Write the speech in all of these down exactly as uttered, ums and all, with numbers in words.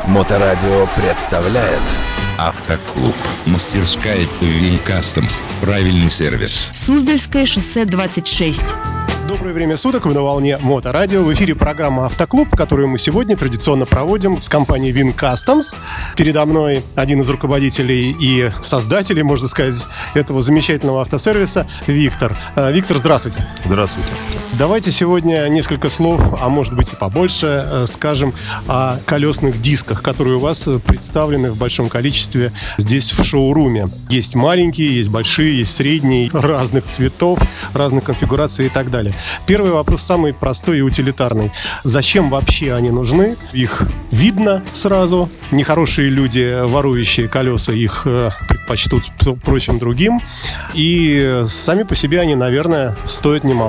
Моторадио представляет Автоклуб. Мастерская Вин Кастомс. Правильный сервис. Суздальское шоссе двадцать шесть. Доброе время суток, вы на волне Моторадио. В эфире программа «Автоклуб», которую мы сегодня традиционно проводим с компанией Win Customs. Передо мной один из руководителей и создателей, можно сказать, этого замечательного автосервиса Виктор. Виктор, здравствуйте. Здравствуйте. Давайте сегодня несколько слов, а может быть и побольше, скажем о колесных дисках, которые у вас представлены в большом количестве здесь в шоуруме. Есть маленькие, есть большие, есть средние, разных цветов, разных конфигураций и так далее. Первый вопрос самый простой и утилитарный. Зачем вообще они нужны? Их видно сразу. Нехорошие люди, ворующие колеса, их э, предпочтут прочим другим. И сами по себе они, наверное, стоят немало.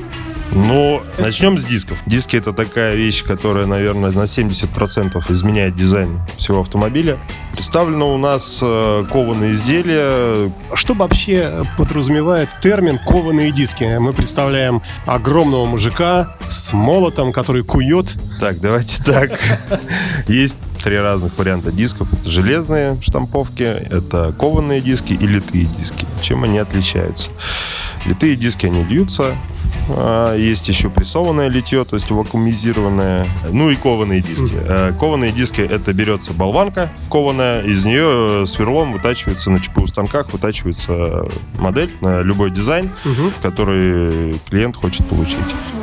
Ну, начнем с дисков. Диски — это такая вещь, которая, наверное, на семьдесят процентов изменяет дизайн всего автомобиля. Представлено у нас э, кованые изделия. Что вообще подразумевает термин «кованые диски»? Мы представляем огромного мужика с молотом, который кует. Так, давайте так. Есть три разных варианта дисков. Это железные штамповки, это кованые диски и литые диски. Чем они отличаются? Литые диски, они льются. Есть еще прессованное литье, то есть вакуумизированное. Ну и кованые диски. Mm-hmm. Кованые диски — это берется болванка кованая, из нее сверлом вытачивается на ЧПУ станках, вытачивается модель на любой дизайн, mm-hmm. который клиент хочет получить.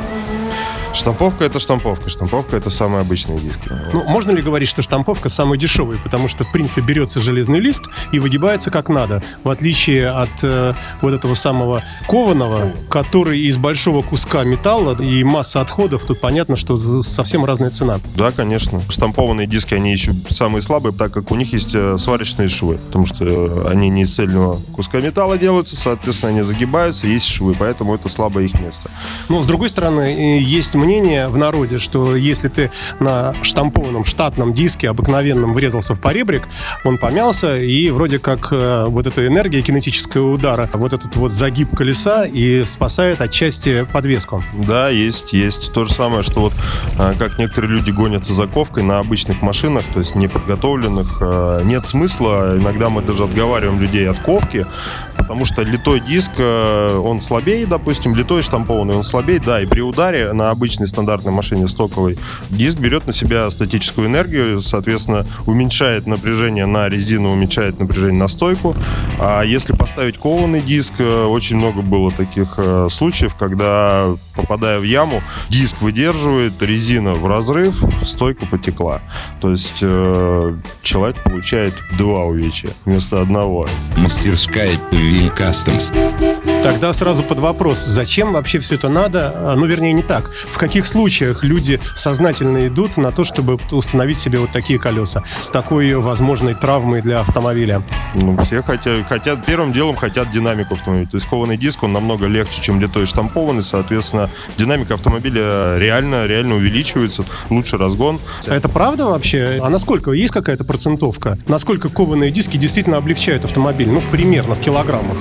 Штамповка — это штамповка. Штамповка — это самые обычные диски. Ну, можно ли говорить, что штамповка самый дешевый? Потому что, в принципе, берется железный лист и выгибается как надо. В отличие от э, вот этого самого кованого, который из большого куска металла и масса отходов, тут понятно, что совсем разная цена. Да, конечно. Штампованные диски, они еще самые слабые, так как у них есть сварочные швы. Потому что они не из цельного куска металла делаются, соответственно, они загибаются, есть швы, поэтому это слабое их место. Но, с другой стороны, есть мнение в народе, что если ты на штампованном штатном диске обыкновенном врезался в поребрик, он помялся, и вроде как э, вот эта энергия кинетического удара, вот этот вот загиб колеса и спасает отчасти подвеску. Да, есть, есть. То же самое, что вот э, как некоторые люди гонятся за ковкой на обычных машинах, то есть неподготовленных, э, нет смысла. Иногда мы даже отговариваем людей от ковки, потому что литой диск, э, он слабее, допустим, литой штампованный, он слабее, да, и при ударе на обычной стандартной машине стоковой диск берет на себя статическую энергию, соответственно, уменьшает напряжение на резину, уменьшает напряжение на стойку. А если поставить кованый диск, очень много было таких случаев, когда, попадая в яму, диск выдерживает, резина в разрыв, стойка потекла. То есть э, человек получает два увечья вместо одного. Мастерская Win Customs. Тогда сразу под вопрос, зачем вообще все это надо? Ну, вернее, не так. В каких случаях люди сознательно идут на то, чтобы установить себе вот такие колеса с такой возможной травмой для автомобиля? Ну, все хотят, хотят, первым делом хотят динамику автомобиля. То есть кованый диск, он намного легче, чем литой штампованный. Соответственно, динамика автомобиля реально, реально увеличивается, лучше разгон. А это правда вообще? А насколько? Есть какая-то процентовка? Насколько кованые диски действительно облегчают автомобиль? Ну, примерно в килограммах.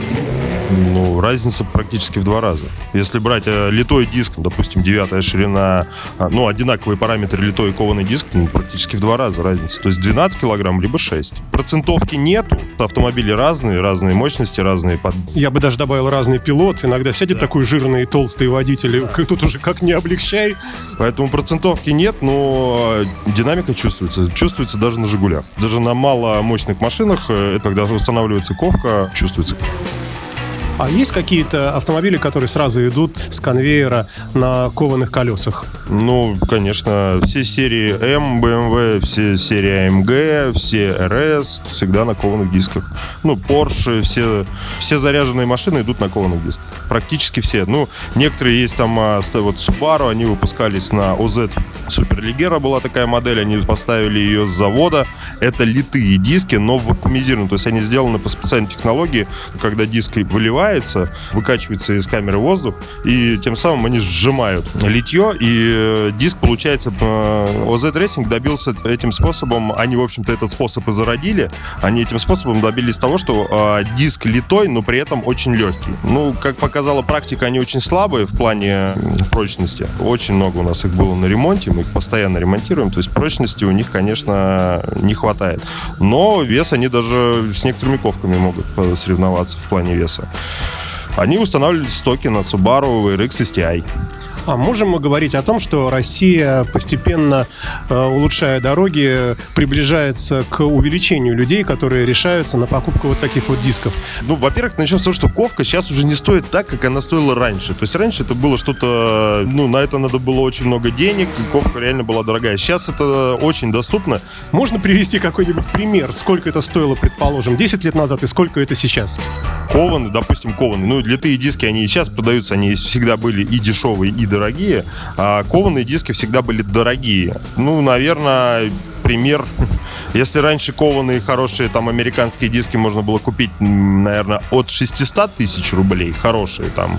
Ну, разница практически в два раза. Если брать э, литой диск, допустим, девятая ширина, э, ну, одинаковые параметры литой и кованый диск, ну, практически в два раза разница. То есть двенадцать килограмм, либо шесть. Процентовки нету. Автомобили разные, разные мощности, разные под... Я бы даже добавил разный пилот. Иногда сядет да. такой жирный, толстый водитель, тут уже как не облегчай. Поэтому процентовки нет, но динамика чувствуется. Чувствуется даже на «Жигулях». Даже на маломощных машинах, э, когда устанавливается ковка, чувствуется. А есть какие-то автомобили, которые сразу идут с конвейера на кованых колесах? Ну, конечно, все серии М, бэ эм вэ, все серии а эм джи, все эр эс всегда на кованых дисках. Ну, Porsche, все, все заряженные машины идут на кованых дисках. Практически все. Ну, некоторые есть там, вот Subaru, они выпускались на о зет Superleggera, была такая модель, они поставили ее с завода. Это литые диски, но вакуумизированы. То есть они сделаны по специальной технологии, когда диск выливается, нагревается, выкачивается из камеры воздух, и тем самым они сжимают литье, и диск, получается, о зет Racing добился этим способом, они, в общем-то, этот способ и зародили, они этим способом добились того, что диск литой, но при этом очень легкий. Ну, как показала практика, они очень слабые в плане прочности. Очень много у нас их было на ремонте, мы их постоянно ремонтируем, то есть прочности у них, конечно, не хватает. Но вес они даже с некоторыми ковками могут соревноваться в плане веса. Они устанавливали стоки на Subaru ви эр икс эс ти ай. А можем мы говорить о том, что Россия, постепенно э, улучшая дороги, приближается к увеличению людей, которые решаются на покупку вот таких вот дисков? Ну, во-первых, начнем с того, что ковка сейчас уже не стоит так, как она стоила раньше. То есть раньше это было что-то, ну, на это надо было очень много денег, и ковка реально была дорогая. Сейчас это очень доступно. Можно привести какой-нибудь пример, сколько это стоило, предположим, десять лет назад и сколько это сейчас? Кованы, допустим, кованы. Ну, литые диски, они и сейчас продаются, они всегда были и дешевые, и дорогие, а кованые диски всегда были дорогие. Ну, наверное, пример. Если раньше кованые хорошие там американские диски можно было купить, наверное, от шестьсот тысяч рублей, хорошие там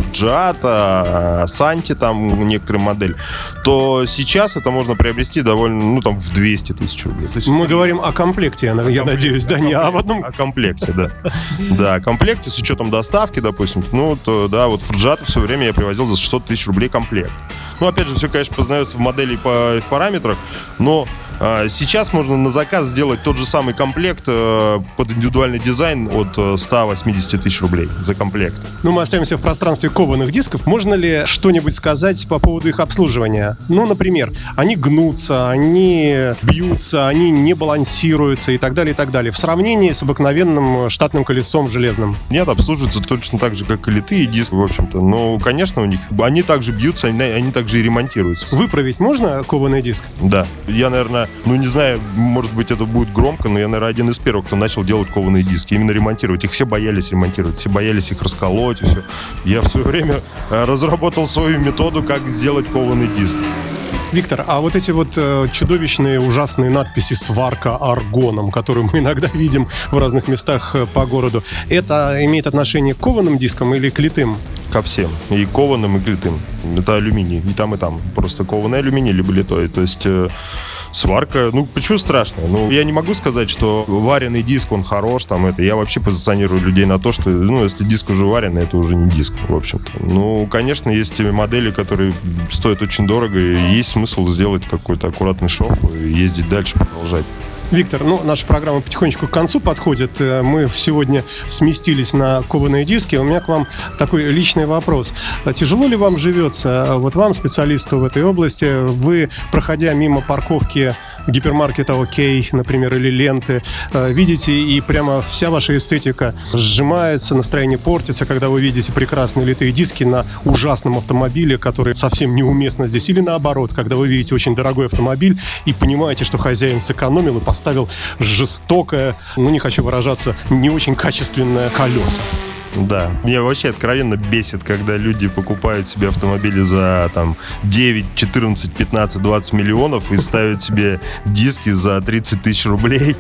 Forgiato, Santi, там некоторые модели, то сейчас это можно приобрести довольно, ну, там, в двести тысяч рублей. То есть, мы говорим о комплекте, я комплект, надеюсь, да, не об одном. О комплекте, да. Да, о комплекте с учетом доставки, допустим, ну, то, да, вот Forgiato в свое время я привозил за шестьсот тысяч рублей комплект. Ну, опять же, все, конечно, познается в модели и по, в параметрах, но а, сейчас можно на заказ сделать тот же самый комплект а, под индивидуальный дизайн от ста восьмидесяти тысяч рублей за комплект. Ну, мы остаемся в пространстве кованых дисков. Можно ли что-нибудь сказать по поводу их обслуживания? Ну, например, они гнутся, они бьются, они не балансируются и так далее, и так далее. В сравнении с обыкновенным штатным колесом железным. Нет, обслуживаются точно так же, как и литые диски, в общем-то. Но, конечно, у них они также бьются, они, они также и ремонтируются. Выправить можно кованый диск? Да. Я, наверное, ну не знаю, может быть, это будет громко, но я, наверное, один из первых, кто начал делать кованые диски, именно ремонтировать. Их все боялись ремонтировать, все боялись их расколоть и все. Я в свое время разработал свою методу, как сделать кованый диск. Виктор, а вот эти вот э, чудовищные, ужасные надписи «Сварка аргоном», которые мы иногда видим в разных местах э, по городу, это имеет отношение к кованым дискам или к литым? Ко всем. И кованым, и к литым. Это алюминий. И там, и там. Просто кованый алюминий, либо литой. То есть э, сварка, ну, почему страшно? Ну, я не могу сказать, что вареный диск, он хорош, там, это. Я вообще позиционирую людей на то, что, ну, если диск уже вареный, это уже не диск, в общем-то. Ну, конечно, есть модели, которые стоят очень дорого, и есть смысл сделать какой-то аккуратный шов и ездить дальше, продолжать. Виктор, ну, наша программа потихонечку к концу подходит. Мы сегодня сместились на кованые диски. У меня к вам такой личный вопрос. Тяжело ли вам живется, вот вам, специалисту в этой области, вы, проходя мимо парковки гипермаркета «Окей», например, или ленты, видите, и прямо вся ваша эстетика сжимается, настроение портится, когда вы видите прекрасные литые диски на ужасном автомобиле, который совсем неуместно здесь, или наоборот, когда вы видите очень дорогой автомобиль и понимаете, что хозяин сэкономил и поставил жестокое, ну не хочу выражаться, не очень качественное колеса. Да, меня вообще откровенно бесит, когда люди покупают себе автомобили за там девять, четырнадцать, пятнадцать, двадцать миллионов и ставят себе диски за тридцать тысяч рублей.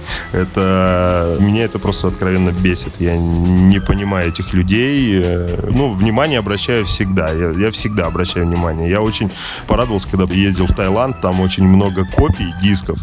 Это... Меня это просто откровенно бесит. Я не понимаю этих людей. Ну, внимание обращаю всегда. Я, я всегда обращаю внимание. Я очень порадовался, когда ездил в Таиланд. Там очень много копий дисков.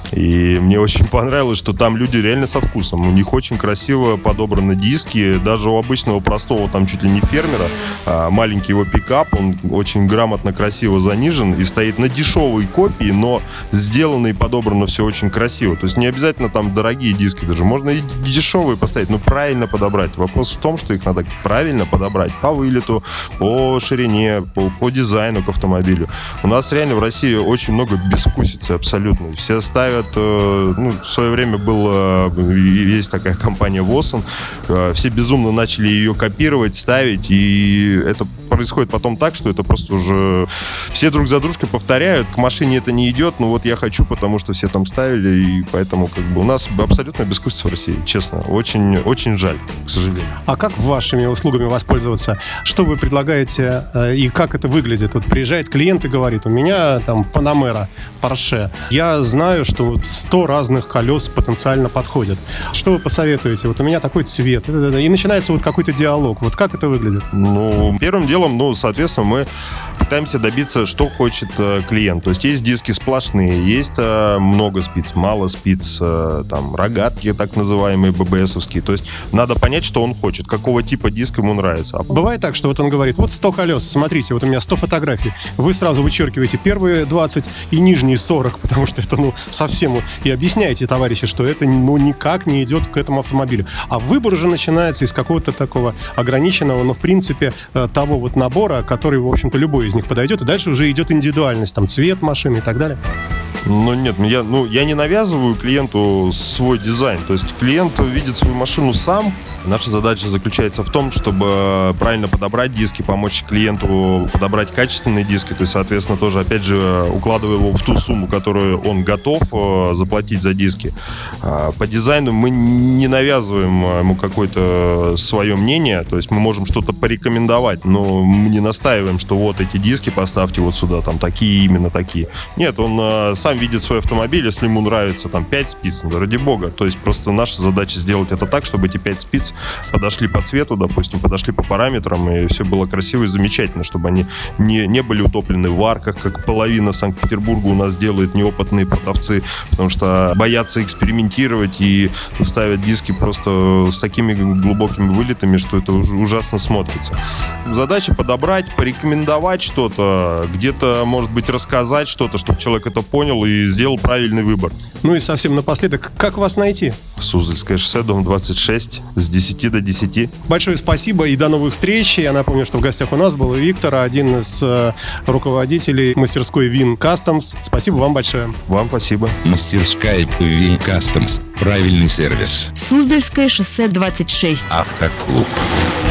И мне очень понравилось, что там люди реально со вкусом. У них очень красиво подобраны диски. Даже у обычных простого там чуть ли не фермера, а маленький его пикап, он очень грамотно, красиво занижен и стоит на дешевой копии, но сделано и подобрано все очень красиво. То есть не обязательно там дорогие диски даже, можно и дешевые поставить, но правильно подобрать. Вопрос в том, что их надо правильно подобрать по вылету, по ширине, по, по дизайну к автомобилю. У нас реально в России очень много безвкусицы абсолютно. Все ставят, ну, в свое время была, есть такая компания Восон, все безумно начали ее копировать, ставить, и это происходит потом так, что это просто уже все друг за дружкой повторяют, к машине это не идет, ну вот я хочу, потому что все там ставили, и поэтому как бы у нас абсолютно безвкусица в России, честно. Очень, очень жаль, к сожалению. А как вашими услугами воспользоваться? Что вы предлагаете э, и как это выглядит? Вот приезжает клиент и говорит, у меня там Панамера, Порше. Я знаю, что вот сто разных колес потенциально подходят. Что вы посоветуете? Вот у меня такой цвет. И начинается вот какой-то диалог. Вот как это выглядит? Ну, первым делом, ну, соответственно, мы пытаемся добиться, что хочет э, клиент. То есть есть диски сплошные, есть э, много спиц, мало спиц, э, там, рогатки так называемые, бэ бэ эсовские. То есть надо понять, что он хочет, какого типа диск ему нравится. Бывает так, что вот он говорит, вот сто колес, смотрите, вот у меня сто фотографий. Вы сразу вычеркиваете первые двадцать и нижние сорок, потому что это, ну, совсем... И объясняете, товарищи, что это, ну, никак не идет к этому автомобилю. А выбор уже начинается из какого-то такого ограниченного, но, в принципе, того вот набора, который, в общем-то, любой из них подойдет. И дальше уже идет индивидуальность, там, цвет машины и так далее. Ну, нет, я, ну, я не навязываю клиенту свой дизайн. То есть клиент видит свою машину сам. Наша задача заключается в том, чтобы правильно подобрать диски, помочь клиенту подобрать качественные диски. То есть, соответственно, тоже, опять же, укладывая его в ту сумму, которую он готов заплатить за диски. По дизайну мы не навязываем ему какое-то свое мнение. То есть мы можем что-то порекомендовать, но мы не настаиваем, что вот эти диски поставьте вот сюда, там такие, именно такие. Нет, он сам видит свой автомобиль, если ему нравится там пять спиц, ну, ради бога. То есть просто наша задача сделать это так, чтобы эти пять спиц подошли по цвету, допустим, подошли по параметрам, и все было красиво и замечательно, чтобы они не, не были утоплены в арках, как половина Санкт-Петербурга у нас делают неопытные продавцы, потому что боятся экспериментировать и ставят диски просто с такими глубокими вылетами, что это уже ужасно смотрится. Задача подобрать, порекомендовать что-то, где-то, может быть, рассказать что-то, чтобы человек это понял и сделал правильный выбор. Ну и совсем напоследок, как вас найти? Суздальское шоссе, дом двадцать шесть, с десяти до десяти. Большое спасибо и до новых встреч. Я напомню, что в гостях у нас был Виктор, один из э, руководителей мастерской Вин Customs. Спасибо вам большое. Вам спасибо. Мастерская Вин Customs. Правильный сервис. Суздальское шоссе двадцать шесть. Автоклуб.